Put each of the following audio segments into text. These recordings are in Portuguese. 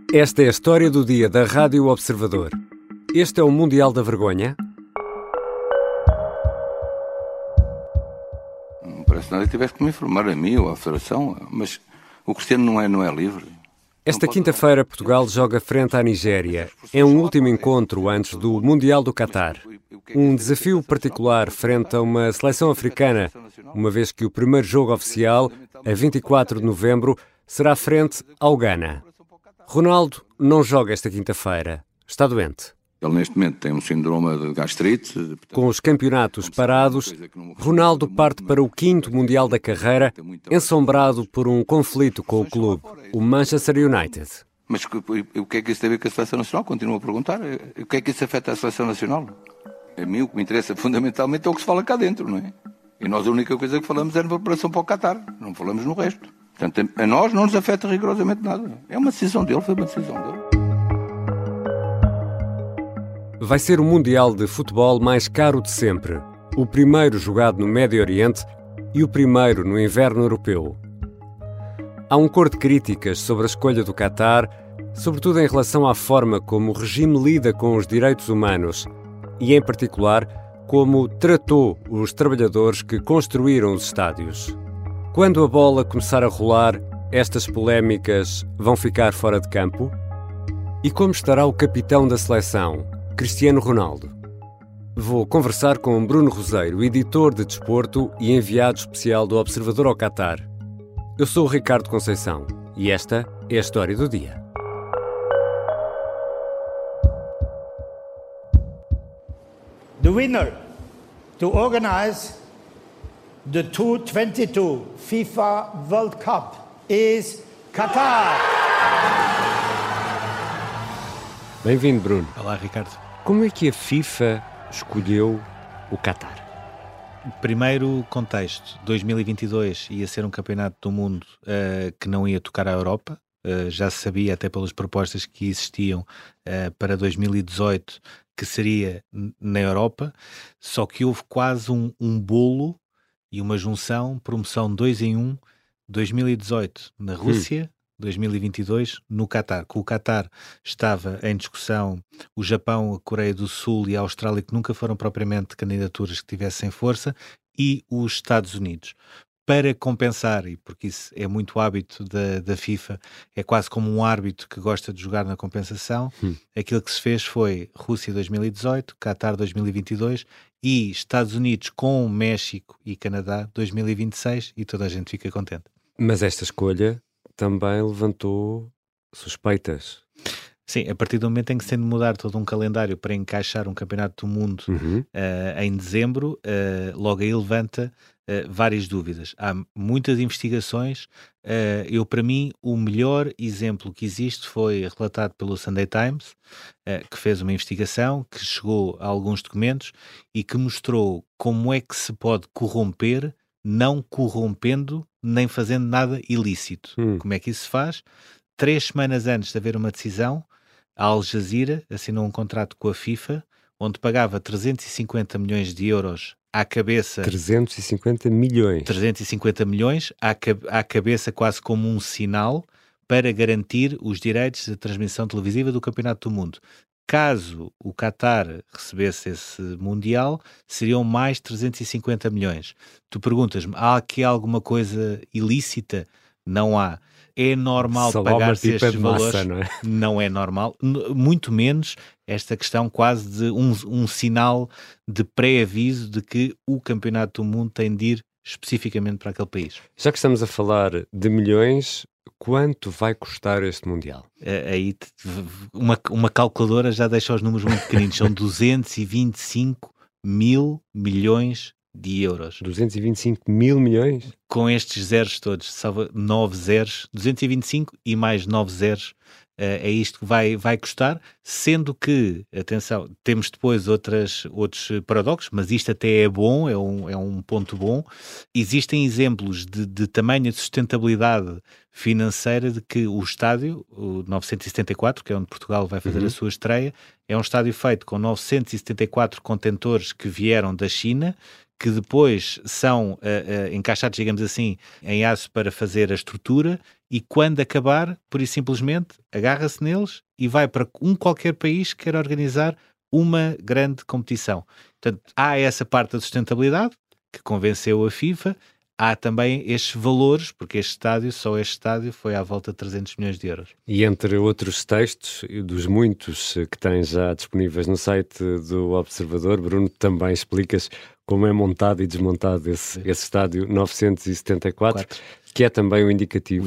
Esta é a história do dia da Rádio Observador. Este é o Mundial da Vergonha? Não parece nada que tivesse que me informar a mim ou à Federação, mas o Cristiano não é livre. Esta quinta-feira, Portugal joga frente à Nigéria. É um último encontro antes do Mundial do Qatar. Um desafio particular frente a uma seleção africana, uma vez que o primeiro jogo oficial, a 24 de novembro, será frente ao Ghana. Ronaldo não joga esta quinta-feira. Está doente. Ele neste momento tem um síndrome de gastrite. Com os campeonatos parados, Ronaldo parte para o quinto Mundial da carreira, ensombrado por um conflito com o clube, o Manchester United. Mas o que é que isso tem a ver com a Seleção Nacional? Continuo a perguntar. O que é que isso afeta a Seleção Nacional? A mim o que me interessa fundamentalmente é o que se fala cá dentro, não é? E nós a única coisa que falamos é na preparação para o Qatar. Não falamos no resto. Portanto, a nós não nos afeta rigorosamente nada. É uma decisão dele, foi uma decisão dele. Vai ser o Mundial de Futebol mais caro de sempre. O primeiro jogado no Médio Oriente e o primeiro no inverno europeu. Há um coro de críticas sobre a escolha do Qatar, sobretudo em relação à forma como o regime lida com os direitos humanos e, em particular, como tratou os trabalhadores que construíram os estádios. Quando a bola começar a rolar, estas polémicas vão ficar fora de campo? E como estará o capitão da seleção, Cristiano Ronaldo? Vou conversar com Bruno Roseiro, editor de desporto e enviado especial do Observador ao Qatar. Eu sou o Ricardo Conceição e esta é a história do dia. The winner to organize the 2022 FIFA World Cup is Qatar. Bem-vindo, Bruno. Olá, Ricardo. Como é que a FIFA escolheu o Qatar? Primeiro contexto, 2022 ia ser um campeonato do mundo que não ia tocar à Europa. Já se sabia, até pelas propostas que existiam para 2018, que seria na Europa, só que houve quase um bolo e uma junção, promoção 2 em 1, 2018 na Rússia, 2022 no Qatar. Com o Qatar estava em discussão o Japão, a Coreia do Sul e a Austrália, que nunca foram propriamente candidaturas que tivessem força, e os Estados Unidos. Para compensar, e porque isso é muito hábito da FIFA, é quase como um árbitro que gosta de jogar na compensação, aquilo que se fez foi Rússia 2018, Qatar 2022 e Estados Unidos com México e Canadá 2026, e toda a gente fica contente. Mas esta escolha também levantou suspeitas. Sim, a partir do momento em que se tem de mudar todo um calendário para encaixar um campeonato do mundo em dezembro, logo aí levanta várias dúvidas. Há muitas investigações. Para mim, o melhor exemplo que existe foi relatado pelo Sunday Times, que fez uma investigação, que chegou a alguns documentos e que mostrou como é que se pode corromper, não corrompendo nem fazendo nada ilícito. Como é que isso se faz? 3 semanas antes de haver uma decisão, a Al Jazeera assinou um contrato com a FIFA, onde pagava 350 milhões de euros à cabeça... 350 milhões? 350 milhões à cabeça, quase como um sinal, para garantir os direitos de transmissão televisiva do Campeonato do Mundo. Caso o Qatar recebesse esse Mundial, seriam mais 350 milhões. Tu perguntas-me, há aqui alguma coisa ilícita? Não há. É normal pagar-se estes valores? Massa, não é? Não é normal. Muito menos esta questão quase de um sinal de pré-aviso de que o Campeonato do Mundo tem de ir especificamente para aquele país. Já que estamos a falar de milhões, quanto vai custar este Mundial? Aí uma calculadora já deixa os números muito pequeninos. São 225 mil milhões de euros. 225 mil milhões? Com estes zeros todos, salvo 9 zeros, 225 e mais 9 zeros, é isto que vai custar, sendo que, atenção, temos depois outros paradoxos, mas isto até é bom, é um ponto bom. Existem exemplos de tamanha sustentabilidade financeira de que o estádio, o 974, que é onde Portugal vai fazer a sua estreia, é um estádio feito com 974 contentores que vieram da China, que depois são encaixados, digamos assim, em aço para fazer a estrutura, e quando acabar, por isso simplesmente, agarra-se neles e vai para qualquer país que queira organizar uma grande competição. Portanto, há essa parte da sustentabilidade que convenceu a FIFA. Há também estes valores, porque só este estádio foi à volta de 300 milhões de euros. E entre outros textos, dos muitos que tens já disponíveis no site do Observador, Bruno, também explicas como é montado e desmontado esse estádio 974, que é também o indicativo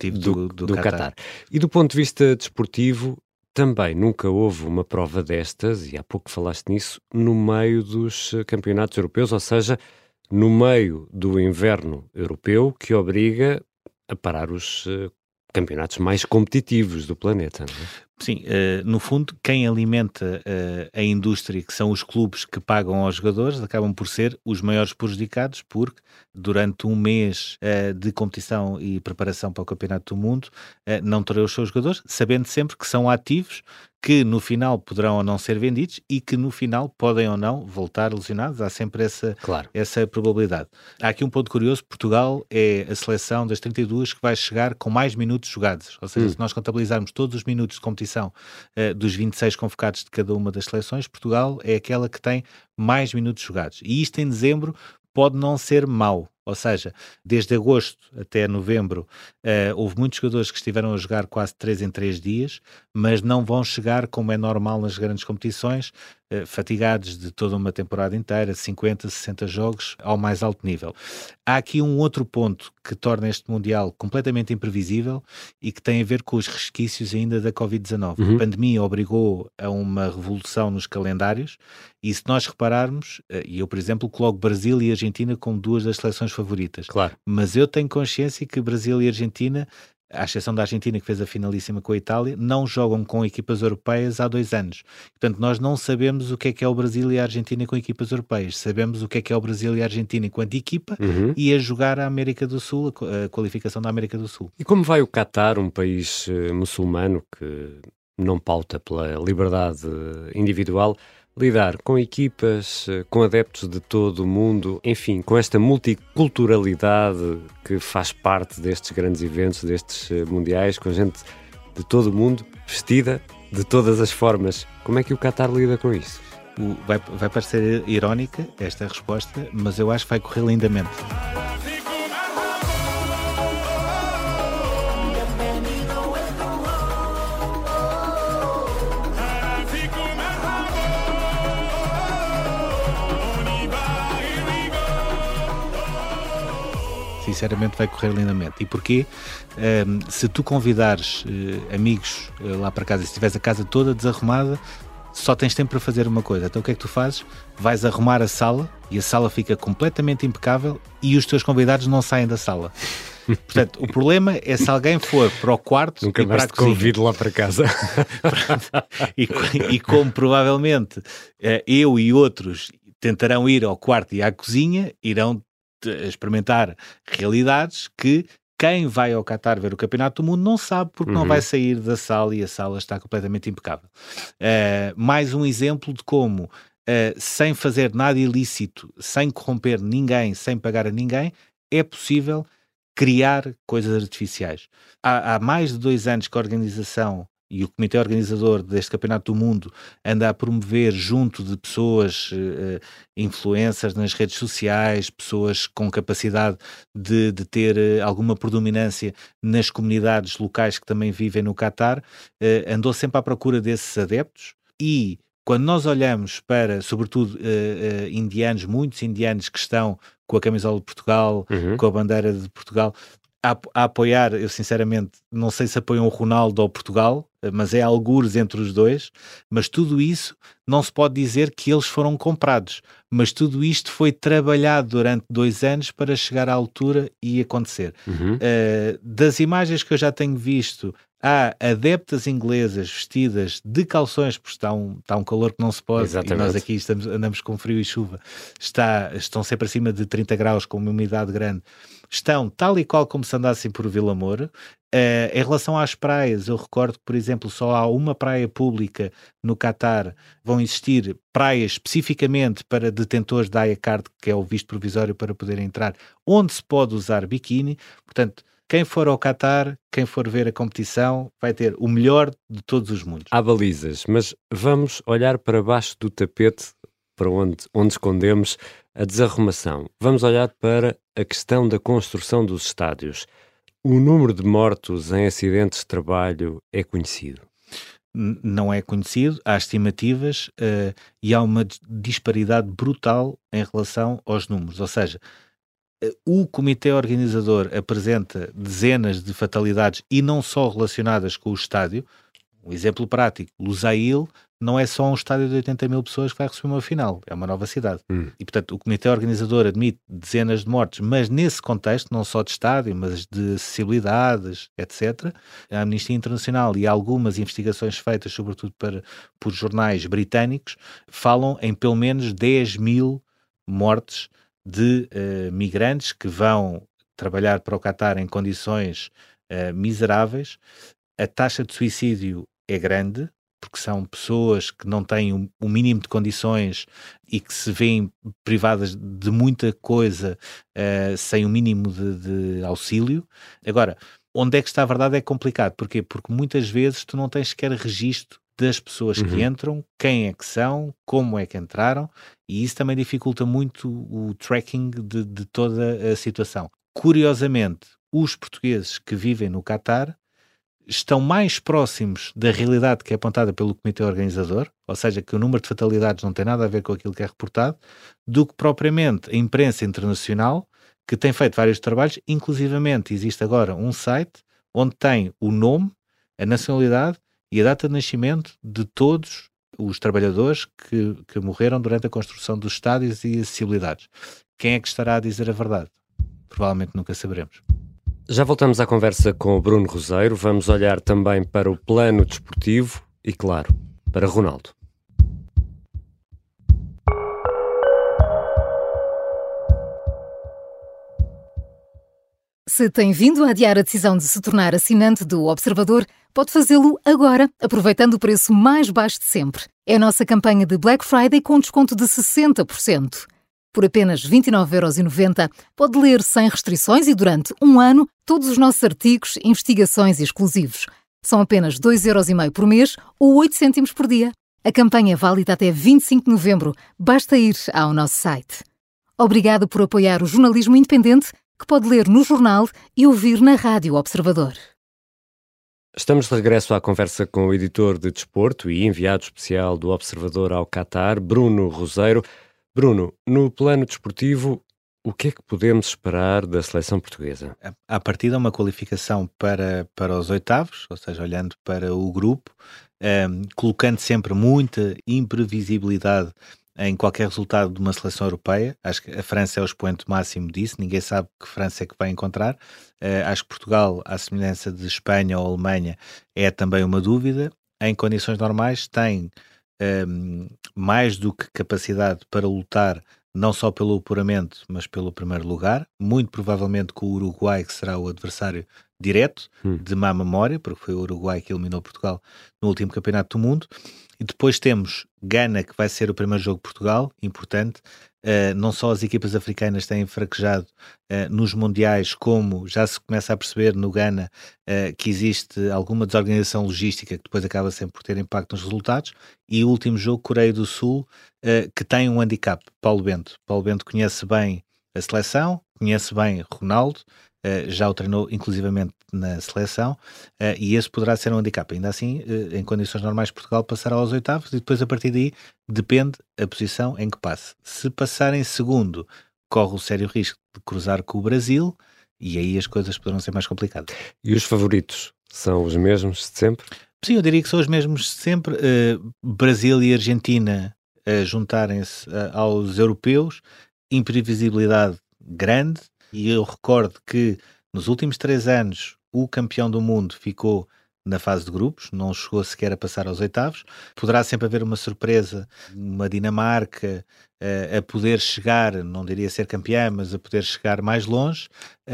do Qatar. E do ponto de vista desportivo, também nunca houve uma prova destas, e há pouco falaste nisso, no meio dos campeonatos europeus, ou seja, no meio do inverno europeu, que obriga a parar os campeonatos mais competitivos do planeta, não é? Sim, no fundo, quem alimenta a indústria, que são os clubes que pagam aos jogadores, acabam por ser os maiores prejudicados, porque durante um mês de competição e preparação para o Campeonato do Mundo, não terão os seus jogadores, sabendo sempre que são ativos, que no final poderão ou não ser vendidos e que no final podem ou não voltar lesionados. Há sempre essa probabilidade. Há aqui um ponto curioso: Portugal é a seleção das 32 que vai chegar com mais minutos jogados. Ou seja, se nós contabilizarmos todos os minutos de competição dos 26 convocados de cada uma das seleções, Portugal é aquela que tem mais minutos jogados. E isto em dezembro pode não ser mau. Ou seja, desde agosto até novembro houve muitos jogadores que estiveram a jogar quase 3 em 3 dias, mas não vão chegar, como é normal nas grandes competições, fatigados de toda uma temporada inteira, 50, 60 jogos ao mais alto nível. Há aqui um outro ponto que torna este Mundial completamente imprevisível e que tem a ver com os resquícios ainda da Covid-19. A pandemia obrigou a uma revolução nos calendários e, se nós repararmos, e eu, por exemplo, coloco Brasil e Argentina como duas das seleções favoritas. Claro. Mas eu tenho consciência que Brasil e Argentina, à exceção da Argentina, que fez a finalíssima com a Itália, não jogam com equipas europeias há 2 anos. Portanto, nós não sabemos o que é o Brasil e a Argentina com equipas europeias. Sabemos o que é o Brasil e a Argentina enquanto equipa e a jogar a América do Sul, a qualificação da América do Sul. E como vai o Qatar, um país muçulmano que não pauta pela liberdade individual, lidar com equipas, com adeptos de todo o mundo, enfim, com esta multiculturalidade que faz parte destes grandes eventos, destes mundiais, com gente de todo o mundo, vestida de todas as formas. Como é que o Qatar lida com isso? Vai parecer irónica esta resposta, mas eu acho que vai correr lindamente. Sinceramente vai correr lindamente. E porquê? Se tu convidares amigos lá para casa, se tiveres a casa toda desarrumada, só tens tempo para fazer uma coisa. Então o que é que tu fazes? Vais arrumar a sala e a sala fica completamente impecável e os teus convidados não saem da sala. Portanto, o problema é se alguém for para o quarto nunca e para a cozinha. Convido lá para casa. e como provavelmente eu e outros tentarão ir ao quarto e à cozinha, irão experimentar realidades que quem vai ao Qatar ver o Campeonato do Mundo não sabe, porque não vai sair da sala e a sala está completamente impecável. Mais um exemplo de como, sem fazer nada ilícito, sem corromper ninguém, sem pagar a ninguém, é possível criar coisas artificiais. Há mais de 2 anos que a organização e o comitê organizador deste Campeonato do Mundo anda a promover, junto de pessoas, influencers nas redes sociais, pessoas com capacidade de ter alguma predominância nas comunidades locais que também vivem no Qatar, andou sempre à procura desses adeptos. E quando nós olhamos para, sobretudo, indianos, muitos indianos que estão com a camisola de Portugal, com a bandeira de Portugal, a apoiar, eu sinceramente não sei se apoiam o Ronaldo ou Portugal, mas é algures entre os dois, mas tudo isso não se pode dizer que eles foram comprados, mas tudo isto foi trabalhado durante 2 anos para chegar à altura e acontecer. Das imagens que eu já tenho visto, há adeptas inglesas vestidas de calções, porque está um calor que não se pode. Exatamente. E nós aqui andamos com frio e chuva, estão sempre acima de 30 graus com uma umidade grande. Estão tal e qual como se andassem por Vila Moura, Em relação às praias, eu recordo que, por exemplo, só há uma praia pública no Qatar. Vão existir praias especificamente para detentores da AYA Card, que é o visto provisório para poder entrar, onde se pode usar biquíni. Portanto, quem for ao Qatar, quem for ver a competição, vai ter o melhor de todos os mundos. Há balizas, mas vamos olhar para baixo do tapete, para onde escondemos a desarrumação. Vamos olhar para a questão da construção dos estádios. O número de mortos em acidentes de trabalho é conhecido? Não é conhecido, há estimativas e há uma disparidade brutal em relação aos números. Ou seja, o comitê organizador apresenta dezenas de fatalidades e não só relacionadas com o estádio. Um exemplo prático, Lusail não é só um estádio de 80 mil pessoas que vai receber uma final, é uma nova cidade. E, portanto, o comitê organizador admite dezenas de mortes, mas nesse contexto, não só de estádio, mas de acessibilidades, etc. A Amnistia Internacional e algumas investigações feitas, sobretudo por jornais britânicos, falam em pelo menos 10 mil mortes de migrantes que vão trabalhar para o Qatar em condições miseráveis. A taxa de suicídio é grande, porque são pessoas que não têm o mínimo de condições e que se veem privadas de muita coisa sem o mínimo de auxílio. Agora, onde é que está a verdade é complicado. Porquê? Porque muitas vezes tu não tens sequer registro das pessoas que entram, quem é que são, como é que entraram, e isso também dificulta muito o tracking de toda a situação. Curiosamente, os portugueses que vivem no Qatar estão mais próximos da realidade que é apontada pelo comitê organizador, ou seja, que o número de fatalidades não tem nada a ver com aquilo que é reportado, do que propriamente a imprensa internacional, que tem feito vários trabalhos. Inclusivamente existe agora um site onde tem o nome, a nacionalidade e a data de nascimento de todos os trabalhadores que morreram durante a construção dos estádios e acessibilidades. Quem é que estará a dizer a verdade? Provavelmente nunca saberemos. Já voltamos à conversa com o Bruno Roseiro. Vamos olhar também para o plano desportivo e, claro, para Ronaldo. Se tem vindo a adiar a decisão de se tornar assinante do Observador, pode fazê-lo agora, aproveitando o preço mais baixo de sempre. É a nossa campanha de Black Friday com desconto de 60%. Por apenas 29,90€, pode ler sem restrições e durante um ano todos os nossos artigos, investigações e exclusivos. São apenas 2,5€ por mês ou 8 cêntimos por dia. A campanha é válida até 25 de novembro. Basta ir ao nosso site. Obrigado por apoiar o jornalismo independente que pode ler no jornal e ouvir na Rádio Observador. Estamos de regresso à conversa com o editor de desporto e enviado especial do Observador ao Qatar, Bruno Roseiro. Bruno, no plano desportivo, o que é que podemos esperar da seleção portuguesa? À partida, uma qualificação para os oitavos, ou seja, olhando para o grupo, colocando sempre muita imprevisibilidade em qualquer resultado de uma seleção europeia. Acho que a França é o expoente máximo disso, ninguém sabe que França é que vai encontrar. Acho que Portugal, à semelhança de Espanha ou Alemanha, é também uma dúvida. Em condições normais tem mais do que capacidade para lutar não só pelo apuramento, mas pelo primeiro lugar, muito provavelmente com o Uruguai, que será o adversário direto, de má memória, porque foi o Uruguai que eliminou Portugal no último Campeonato do Mundo. E depois temos Gana, que vai ser o primeiro jogo de Portugal, importante. Não só as equipas africanas têm fraquejado nos mundiais, como já se começa a perceber no Gana que existe alguma desorganização logística que depois acaba sempre por ter impacto nos resultados. E o último jogo, Coreia do Sul, que tem um handicap, Paulo Bento. Paulo Bento conhece bem a seleção, conhece bem Ronaldo, já o treinou inclusivamente na seleção, e esse poderá ser um handicap. Ainda assim, em condições normais, Portugal passará aos oitavos e depois a partir daí depende a posição em que passe. Se passar em segundo, corre o sério risco de cruzar com o Brasil e aí as coisas poderão ser mais complicadas. E os favoritos são os mesmos de sempre? Sim, eu diria que são os mesmos de sempre. Brasil e Argentina juntarem-se aos europeus, imprevisibilidade grande. E eu recordo que nos últimos 3 anos o campeão do mundo ficou na fase de grupos, não chegou sequer a passar aos oitavos. Poderá sempre haver uma surpresa, uma Dinamarca, a poder chegar, não diria ser campeã, mas a poder chegar mais longe.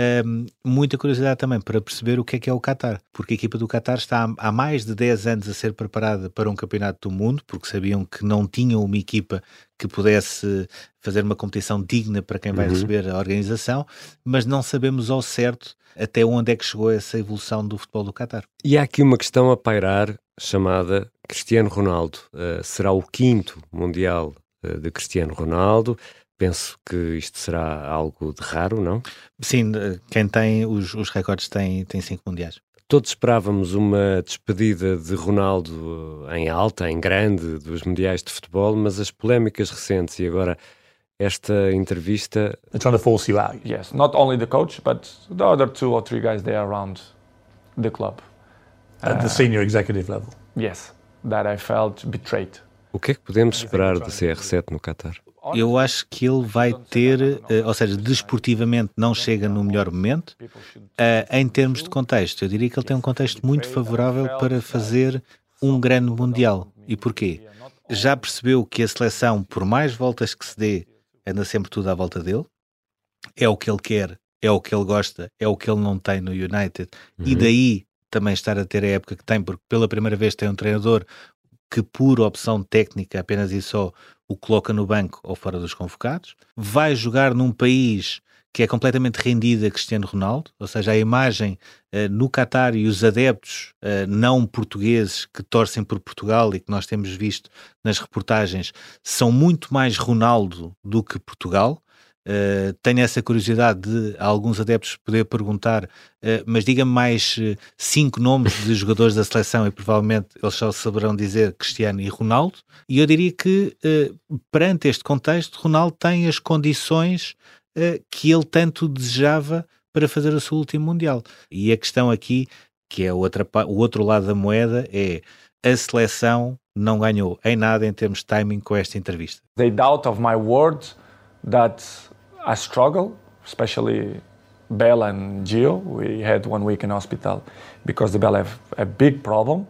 Muita curiosidade também para perceber o que é o Qatar, porque a equipa do Qatar está há mais de 10 anos a ser preparada para um campeonato do mundo, porque sabiam que não tinham uma equipa que pudesse fazer uma competição digna para quem vai receber a organização, mas não sabemos ao certo até onde é que chegou essa evolução do futebol do Qatar. E há aqui uma questão a pairar chamada Cristiano Ronaldo. Será o 5º Mundial de Cristiano Ronaldo. Penso que isto será algo de raro, não? Sim, quem tem os recordes tem 5 mundiais. Todos esperávamos uma despedida de Ronaldo em alta, em grande, dos mundiais de futebol, mas as polémicas recentes e agora esta entrevista... They're trying to force you out. Yes, not only the coach, but the other 2 or 3 guys there around the club. At the senior executive level. Yes, that I felt betrayed. O que é que podemos esperar do CR7 no Qatar? Eu acho que ele vai ter, ou seja, desportivamente não chega no melhor momento. Em termos de contexto, eu diria que ele tem um contexto muito favorável para fazer um grande Mundial. E porquê? Já percebeu que a seleção, por mais voltas que se dê, anda sempre tudo à volta dele. É o que ele quer, é o que ele gosta, é o que ele não tem no United. E daí também estar a ter a época que tem, porque pela primeira vez tem um treinador que por opção técnica, apenas e só, o coloca no banco ou fora dos convocados. Vai jogar num país que é completamente rendido a Cristiano Ronaldo, ou seja, a imagem no Qatar e os adeptos não portugueses que torcem por Portugal e que nós temos visto nas reportagens são muito mais Ronaldo do que Portugal. Tenho essa curiosidade de alguns adeptos poder perguntar, mas diga-me mais 5 nomes de jogadores da seleção e provavelmente eles só saberão dizer Cristiano e Ronaldo, e eu diria que perante este contexto Ronaldo tem as condições que ele tanto desejava para fazer o seu último Mundial. E a questão aqui, que é o outro lado da moeda, é a seleção não ganhou em nada em termos de timing com esta entrevista. They doubt of my word that I struggle, especially Bella and Gio. We had 1 week in hospital because the Bella have a big problem.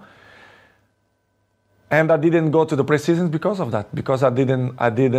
And I didn't go to the pre-season because of that, because I didn't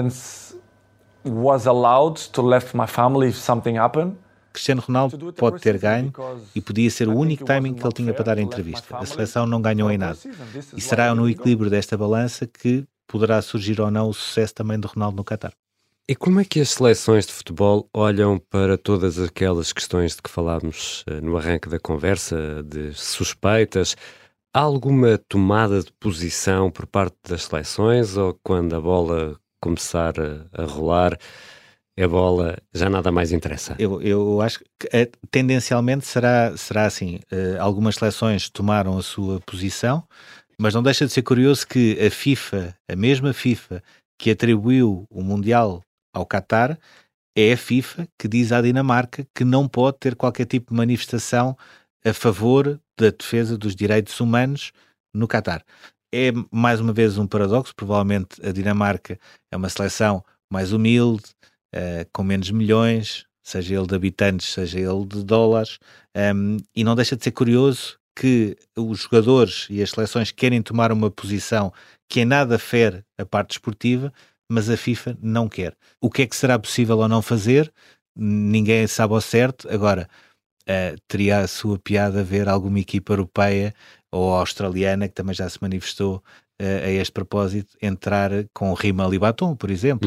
was allowed to leave my family if something happened. Cristiano Ronaldo pode ter ganho e podia ser o único timing que ele tinha para dar a entrevista. A seleção não ganhou em nada. E será no equilíbrio desta balança que poderá surgir ou não o sucesso também de Ronaldo no Qatar. E como é que as seleções de futebol olham para todas aquelas questões de que falámos no arranque da conversa, de suspeitas? Há alguma tomada de posição por parte das seleções ou quando a bola começar a rolar, a bola já nada mais interessa? Eu acho que tendencialmente será assim. Algumas seleções tomaram a sua posição, mas não deixa de ser curioso que a FIFA, a mesma FIFA que atribuiu o Mundial ao Qatar, é a FIFA que diz à Dinamarca que não pode ter qualquer tipo de manifestação a favor da defesa dos direitos humanos no Qatar. É mais uma vez um paradoxo. Provavelmente a Dinamarca é uma seleção mais humilde, com menos milhões, seja ele de habitantes, seja ele de dólares, e não deixa de ser curioso que os jogadores e as seleções querem tomar uma posição que em nada fere a parte desportiva, mas a FIFA não quer. O que é que será possível ou não fazer? Ninguém sabe ao certo. Agora, teria a sua piada ver alguma equipa europeia ou australiana, que também já se manifestou a este propósito, entrar com rima e batom, por exemplo.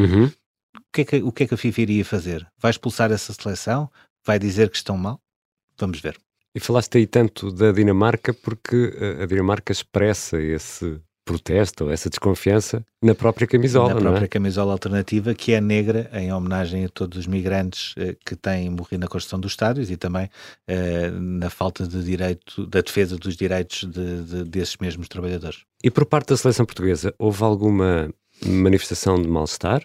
O que é que a FIFA iria fazer? Vai expulsar essa seleção? Vai dizer que estão mal? Vamos ver. E falaste aí tanto da Dinamarca porque a Dinamarca expressa esse protesto ou essa desconfiança na própria camisola, na própria camisola alternativa, que é negra, em homenagem a todos os migrantes que têm morrido na construção dos estádios e também na falta de direito, da defesa dos direitos desses mesmos trabalhadores. E por parte da seleção portuguesa, houve alguma manifestação de mal-estar?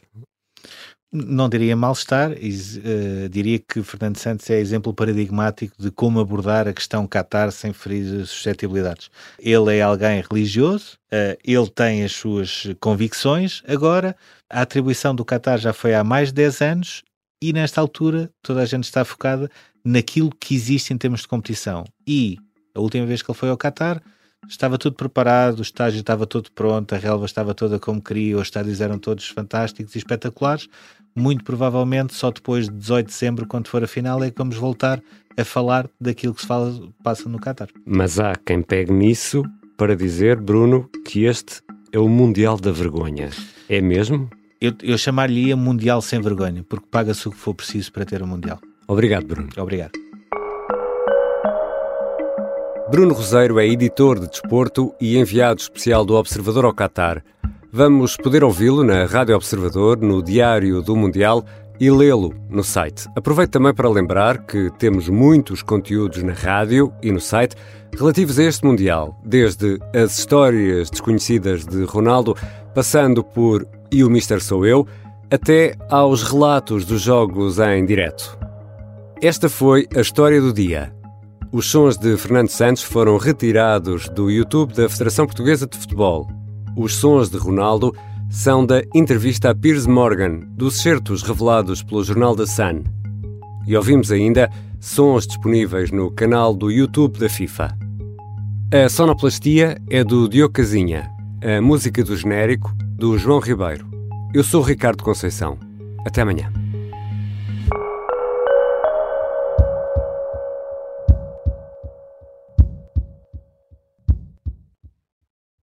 Não diria mal-estar, diria que Fernando Santos é exemplo paradigmático de como abordar a questão Qatar sem ferir suscetibilidades. Ele é alguém religioso, ele tem as suas convicções. Agora, a atribuição do Qatar já foi há mais de 10 anos e nesta altura toda a gente está focada naquilo que existe em termos de competição. E a última vez que ele foi ao Qatar Estava tudo preparado, o estágio estava todo pronto, a relva estava toda como queria, os estádios eram todos fantásticos e espetaculares. Muito provavelmente só depois de 18 de dezembro, quando for a final, é que vamos voltar a falar daquilo que passa no Qatar. Mas há quem pegue nisso para dizer, Bruno, que este é o Mundial da Vergonha. É mesmo? Eu chamar-lhe-ia Mundial sem vergonha, porque paga-se o que for preciso para ter o Mundial. Obrigado, Bruno. Obrigado. Bruno Roseiro é editor de desporto e enviado especial do Observador ao Qatar. Vamos poder ouvi-lo na Rádio Observador, no Diário do Mundial e lê-lo no site. Aproveito também para lembrar que temos muitos conteúdos na rádio e no site relativos a este Mundial, desde as histórias desconhecidas de Ronaldo, passando por E o Mister Sou Eu, até aos relatos dos jogos em direto. Esta foi a história do dia. Os sons de Fernando Santos foram retirados do YouTube da Federação Portuguesa de Futebol. Os sons de Ronaldo são da entrevista a Piers Morgan, dos certos revelados pelo jornal The Sun. E ouvimos ainda sons disponíveis no canal do YouTube da FIFA. A sonoplastia é do Diogo Casinha, a música do genérico do João Ribeiro. Eu sou o Ricardo Conceição. Até amanhã.